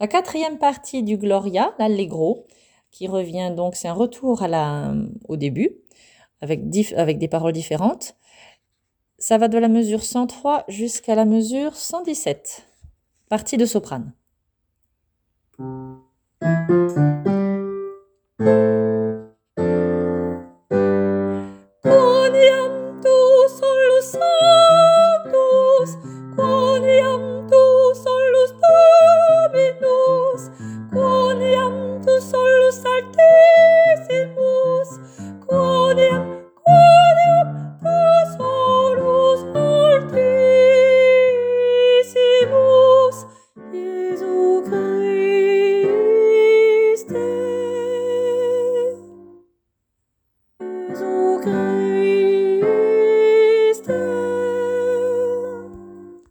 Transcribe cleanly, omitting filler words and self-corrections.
La quatrième partie du Gloria, l'Allegro, qui revient donc, c'est un retour au début, avec des paroles différentes. Ça va de la mesure 103 jusqu'à la mesure 117, partie de soprane.